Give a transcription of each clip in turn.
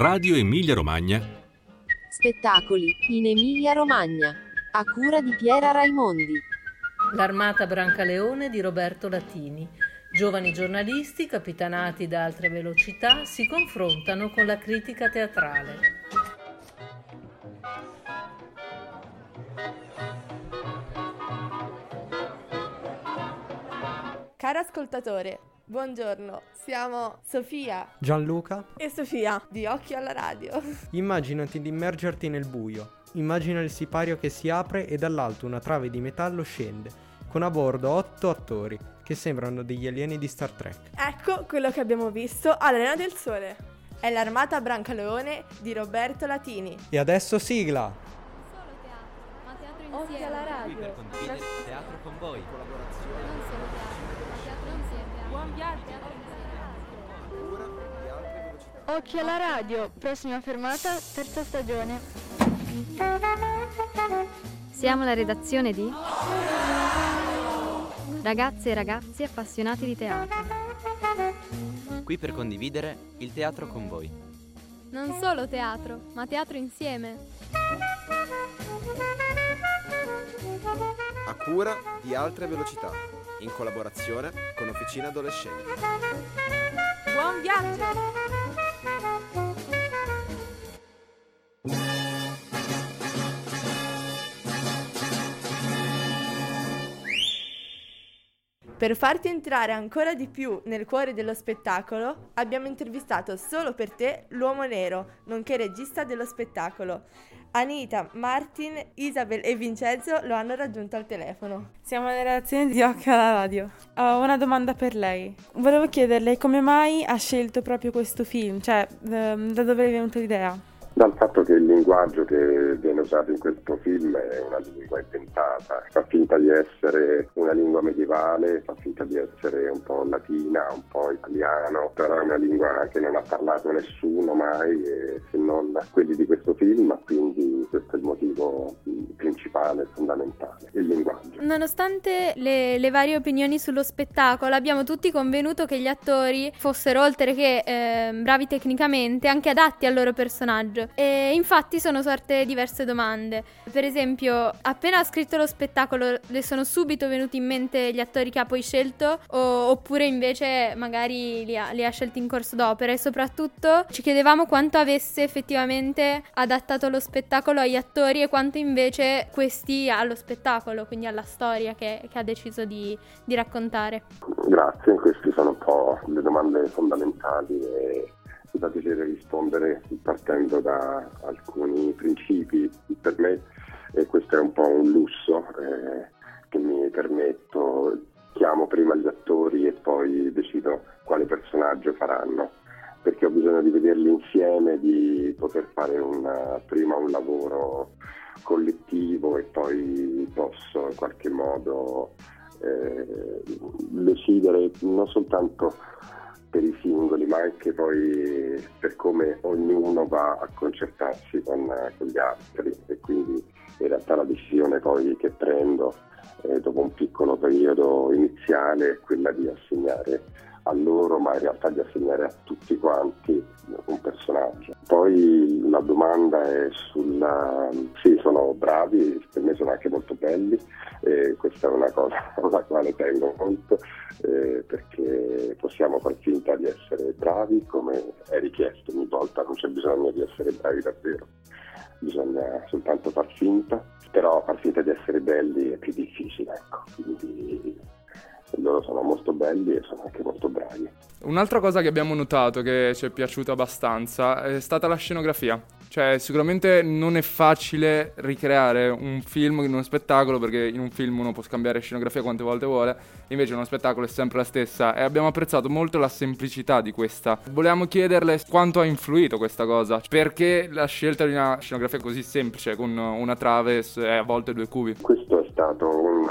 Radio Emilia Romagna. Spettacoli in Emilia Romagna, a cura di Piera Raimondi. L'Armata Brancaleone di Roberto Latini. Giovani giornalisti, capitanati da altre velocità, si confrontano con la critica teatrale. Caro ascoltatore, buongiorno, siamo Sofia, Gianluca e Sofia di Occhio alla Radio. Immaginati di immergerti nel buio. Immagina il sipario che si apre e dall'alto una trave di metallo scende, con a bordo 8 attori che sembrano degli alieni di Star Trek. Ecco quello che abbiamo visto all'Arena del Sole. È l'Armata Brancaleone di Roberto Latini. E adesso sigla! Occhio alla Radio. Per condividere teatro con voi. Collaborazione. Non solo teatro non sempre. Buon viaggio. Occhio alla Radio, prossima fermata, terza stagione. Siamo la redazione di ragazze e ragazzi appassionati di teatro. Qui per condividere il teatro con voi. Non solo teatro, ma teatro insieme. A cura di Altre Velocità, in collaborazione con Officina Adolescenti. Buon viaggio. Per farti entrare ancora di più nel cuore dello spettacolo, abbiamo intervistato solo per te l'uomo nero, nonché regista dello spettacolo. Anita, Martin, Isabel e Vincenzo lo hanno raggiunto al telefono. Siamo alla redazione di Occhio alla Radio. Ho una domanda per lei. Volevo chiederle come mai ha scelto proprio questo film, cioè da dove è venuta l'idea? Dal fatto che il linguaggio che viene usato in questo film è una lingua inventata, fa finta di essere una lingua medievale, fa finta di essere un po' latina, un po' italiano, però è una lingua che non ha parlato nessuno mai, se non quelli di questo film, quindi questo è il motivo principale, fondamentale, il linguaggio. Nonostante le varie opinioni sullo spettacolo, abbiamo tutti convenuto che gli attori fossero, oltre che bravi tecnicamente, anche adatti al loro personaggio. E infatti sono sorte diverse domande. Per esempio, appena ha scritto lo spettacolo, le sono subito venuti in mente gli attori che ha poi scelto, oppure invece magari li ha scelti in corso d'opera? E soprattutto ci chiedevamo quanto avesse effettivamente adattato lo spettacolo agli attori e quanto invece questi allo spettacolo, quindi alla storia che ha deciso di raccontare. Grazie, queste sono un po' le domande fondamentali e mi fa piacere rispondere partendo da alcuni principi. Per me questo è un po' un lusso che mi permetto, chiamo prima gli attori e poi decido quale personaggio faranno, perché ho bisogno di vederli insieme, di poter fare prima un lavoro collettivo e poi posso in qualche modo decidere non soltanto per i singoli, ma anche poi per come ognuno va a concertarsi con gli altri, e quindi in realtà la decisione poi che prendo dopo un piccolo periodo iniziale è quella di assegnare a loro, ma in realtà di assegnare a tutti quanti un personaggio. Poi la domanda è sì, sono bravi, per me sono anche molto belli, e questa è una cosa alla quale tengo molto, perché possiamo far finta di essere bravi come è richiesto ogni volta, non c'è bisogno di essere bravi davvero, bisogna soltanto far finta, però far finta di essere belli è più difficile, ecco. Quindi loro sono molto belli e sono anche molto bravi. Un'altra cosa che abbiamo notato che ci è piaciuta abbastanza è stata la scenografia. Cioè, sicuramente non è facile ricreare un film in uno spettacolo, perché in un film uno può scambiare scenografia quante volte vuole, invece uno spettacolo è sempre la stessa, e abbiamo apprezzato molto la semplicità di questa. Volevamo chiederle quanto ha influito questa cosa, perché la scelta di una scenografia così semplice, con una trave e a volte 2 cubi. Questo è stato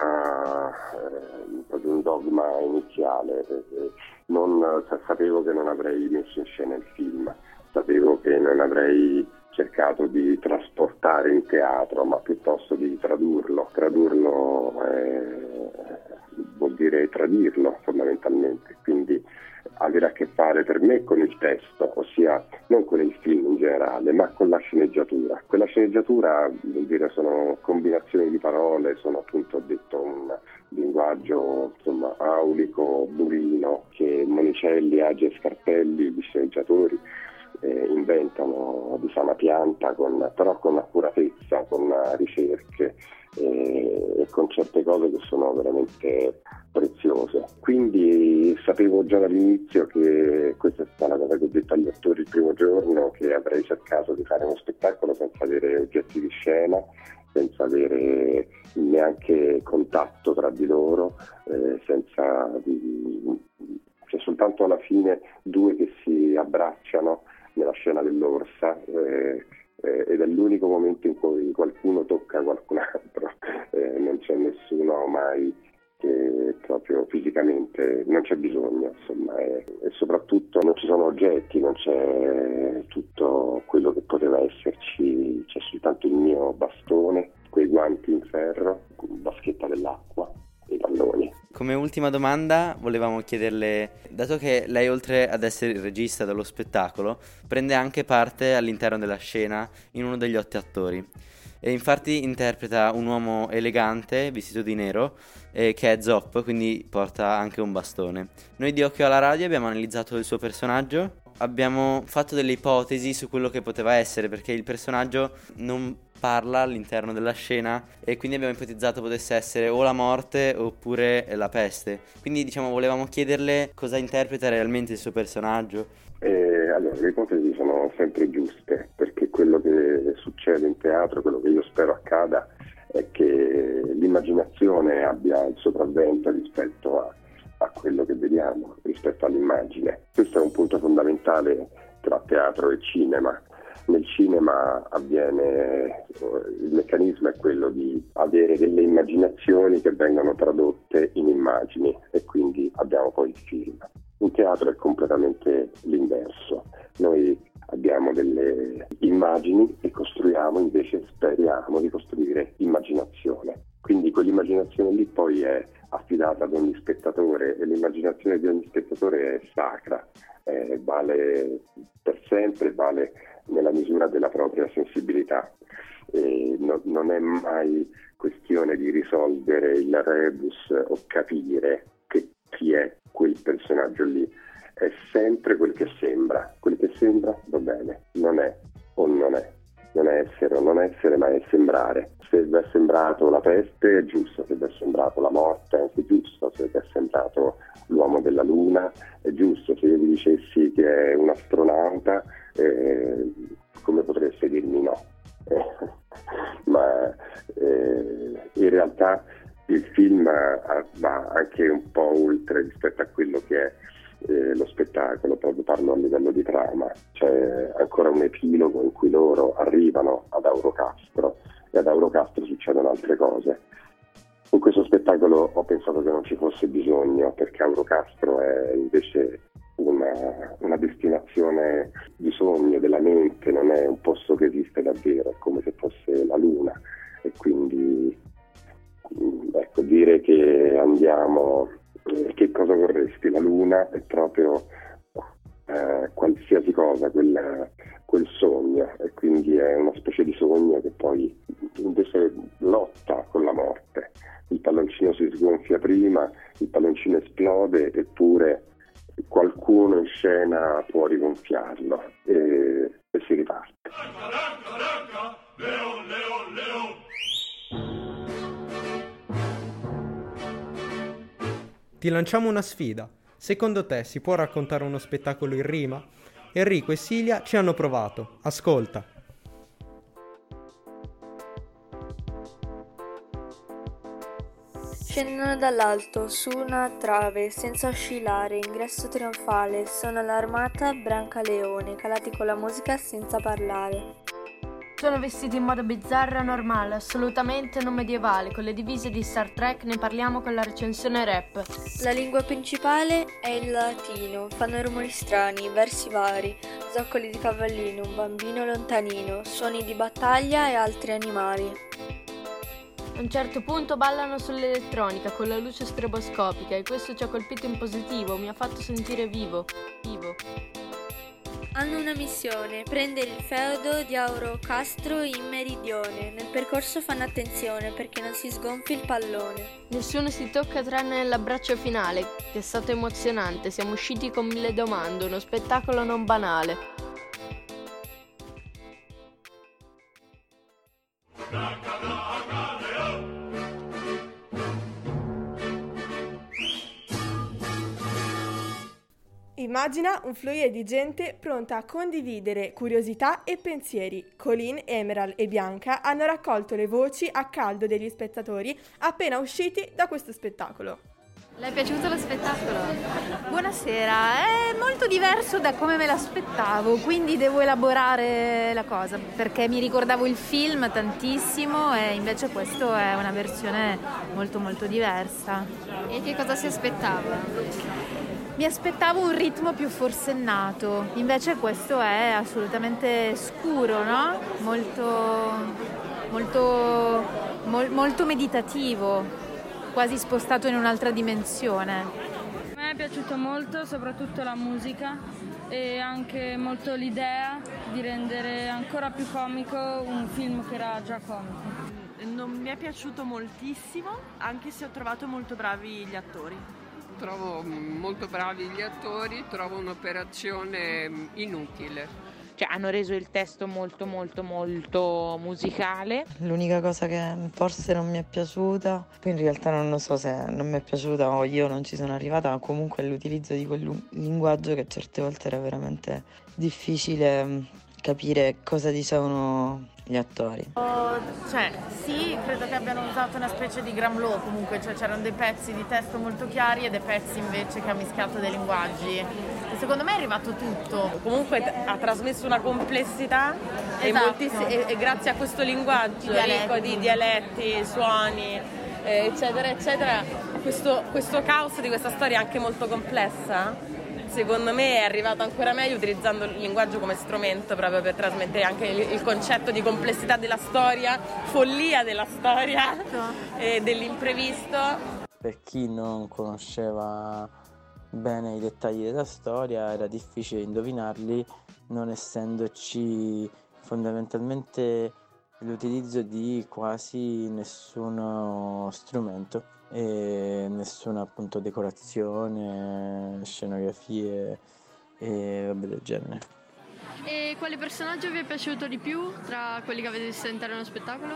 proprio un dogma iniziale, perché sapevo che non avrei messo in scena il film, sapevo che non avrei cercato di trasportare in teatro, ma piuttosto di tradurlo. Tradurlo vuol dire tradirlo fondamentalmente, quindi avere a che fare per me con il testo, ossia non con il film in generale, ma con la sceneggiatura. Quella sceneggiatura, vuol dire, sono combinazioni di parole, sono appunto, ho detto, un linguaggio insomma aulico, burino, che Monicelli, Agi e Scarpelli, gli sceneggiatori, inventano di sana pianta, però con accuratezza, con ricerche e con certe cose che sono veramente preziose. Quindi sapevo già dall'inizio che questa è stata una cosa che ho detto agli attori il primo giorno, che avrei cercato di fare uno spettacolo senza avere oggetti di scena, senza avere neanche contatto tra di loro, c'è soltanto alla fine due che si abbracciano nella scena dell'orsa, ed è l'unico momento in cui qualcuno tocca qualcun altro, non c'è nessuno mai che proprio fisicamente, non c'è bisogno, insomma, e soprattutto non ci sono oggetti, non c'è tutto quello che poteva esserci, c'è soltanto il mio bastone, quei guanti in ferro, baschetta dell'acqua e i palloni. Come ultima domanda volevamo chiederle, dato che lei oltre ad essere il regista dello spettacolo prende anche parte all'interno della scena in uno degli 8 attori e infatti interpreta un uomo elegante vestito di nero che è Zop, quindi porta anche un bastone. Noi di Occhio alla Radio abbiamo analizzato il suo personaggio, abbiamo fatto delle ipotesi su quello che poteva essere, perché il personaggio non parla all'interno della scena e quindi abbiamo ipotizzato potesse essere o la morte oppure la peste. Quindi volevamo chiederle cosa interpreta realmente il suo personaggio. Allora, le ipotesi sono sempre giuste, perché quello che succede in teatro, quello che io spero accada, è che l'immaginazione abbia il sopravvento rispetto a quello che vediamo, rispetto all'immagine. Questo è un punto fondamentale tra teatro e cinema. Nel cinema il meccanismo è quello di avere delle immaginazioni che vengono tradotte in immagini e quindi abbiamo poi il film. In teatro è completamente l'inverso. Noi abbiamo delle immagini e costruiamo, invece speriamo di costruire immaginazione. Quindi quell'immaginazione lì poi è affidata ad ogni spettatore e l'immaginazione di ogni spettatore è sacra, vale per sempre, vale nella misura della propria sensibilità. Non è mai questione di risolvere il rebus o capire chi è quel personaggio lì, è sempre quel che sembra va bene, non è o non è, non è essere o non essere, ma è sembrare. Se vi è sembrato la peste è giusto, se vi è sembrato la morte è anche giusto, se vi è sembrato l'uomo della luna è giusto, se io vi dicessi che è un astronauta come potreste dirmi no? Ma in realtà il film va anche un po' oltre rispetto a quello che è lo spettacolo, proprio parlo a livello di trama. C'è ancora un epilogo in cui loro arrivano ad Aurocastro e ad Aurocastro succedono altre cose. In questo spettacolo ho pensato che non ci fosse bisogno, perché Aurocastro è invece una destinazione di sogno della mente, non è un posto che esiste davvero, è come se fosse la luna, e quindi ecco, dire che andiamo, che cosa vorresti? La luna è proprio qualsiasi cosa, quel sogno, e quindi è una specie di sogno che poi invece lotta con la morte. Il palloncino si sgonfia prima, il palloncino esplode, eppure qualcuno in scena può rigonfiarlo e si riparte. Ti lanciamo una sfida. Secondo te si può raccontare uno spettacolo in rima? Enrico e Silvia ci hanno provato. Ascolta. Scendono dall'alto, su una trave, senza oscillare, ingresso trionfale, sono l'armata Brancaleone, calati con la musica senza parlare. Sono vestiti in modo bizzarro e normale, assolutamente non medievale, con le divise di Star Trek ne parliamo con la recensione rap. La lingua principale è il latino, fanno rumori strani, versi vari, zoccoli di cavallino, un bambino lontanino, suoni di battaglia e altri animali. A un certo punto ballano sull'elettronica con la luce stroboscopica e questo ci ha colpito in positivo, mi ha fatto sentire vivo. Hanno una missione, prendere il feudo di Aurocastro in meridione. Nel percorso fanno attenzione perché non si sgonfi il pallone. Nessuno si tocca tranne l'abbraccio finale, che è stato emozionante, siamo usciti con 1000 domande, uno spettacolo non banale. Immagina un fluire di gente pronta a condividere curiosità e pensieri. Colin, Emerald e Bianca hanno raccolto le voci a caldo degli spettatori appena usciti da questo spettacolo. Le è piaciuto lo spettacolo? Buonasera, è molto diverso da come me l'aspettavo, quindi devo elaborare la cosa, perché mi ricordavo il film tantissimo e invece questo è una versione molto molto diversa. E che cosa si aspettava? Mi aspettavo un ritmo più forsennato, invece questo è assolutamente scuro, no? Molto meditativo, quasi spostato in un'altra dimensione. A me è piaciuto molto, soprattutto la musica e anche molto l'idea di rendere ancora più comico un film che era già comico. Non mi è piaciuto moltissimo, anche se ho trovato molto bravi gli attori. Trovo molto bravi gli attori, trovo un'operazione inutile. Cioè, hanno reso il testo molto musicale. L'unica cosa che forse non mi è piaciuta, poi in realtà non lo so se non mi è piaciuta o io non ci sono arrivata, ma comunque l'utilizzo di quel linguaggio che certe volte era veramente difficile capire cosa dicevano gli attori. Sì, credo che abbiano usato una specie di Gramlow comunque, cioè c'erano dei pezzi di testo molto chiari e dei pezzi invece che ha mischiato dei linguaggi. E secondo me è arrivato tutto. Comunque ha trasmesso una complessità e grazie a questo linguaggio ricco di dialetti, suoni, eccetera, eccetera, questo caos di questa storia anche molto complessa, secondo me è arrivato ancora meglio utilizzando il linguaggio come strumento proprio per trasmettere anche il concetto di complessità della storia, follia della storia e dell'imprevisto. Per chi non conosceva bene i dettagli della storia era difficile indovinarli, non essendoci fondamentalmente l'utilizzo di quasi nessuno strumento e nessuna appunto decorazione, scenografie e robe del genere. E quale personaggio vi è piaciuto di più tra quelli che avete visto all'interno dello spettacolo?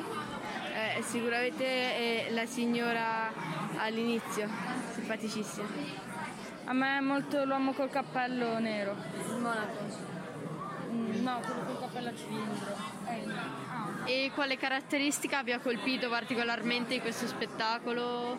Sicuramente la signora all'inizio, simpaticissima. A me è molto l'uomo col cappello nero. Il monaco? No, quello col cappello a cilindro. E quale caratteristica vi ha colpito particolarmente in questo spettacolo?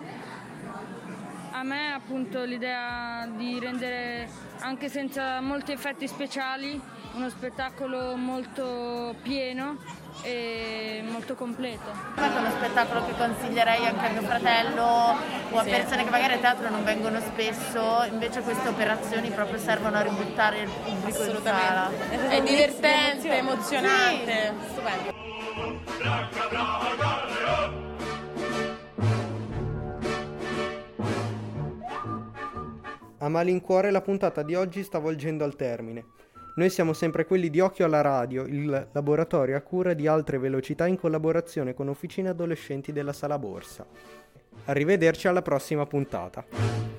A me appunto l'idea di rendere, anche senza molti effetti speciali, uno spettacolo molto pieno e molto completo. È uno spettacolo che consiglierei anche a mio fratello o a persone che magari a teatro non vengono spesso, invece queste operazioni proprio servono a ributtare il pubblico in sala. È divertente, emozionante, sì. Stupendo. A malincuore la puntata di oggi sta volgendo al termine. Noi siamo sempre quelli di Occhio alla Radio, il laboratorio a cura di Altre Velocità in collaborazione con Officina Adolescenti della Sala Borsa. Arrivederci alla prossima puntata.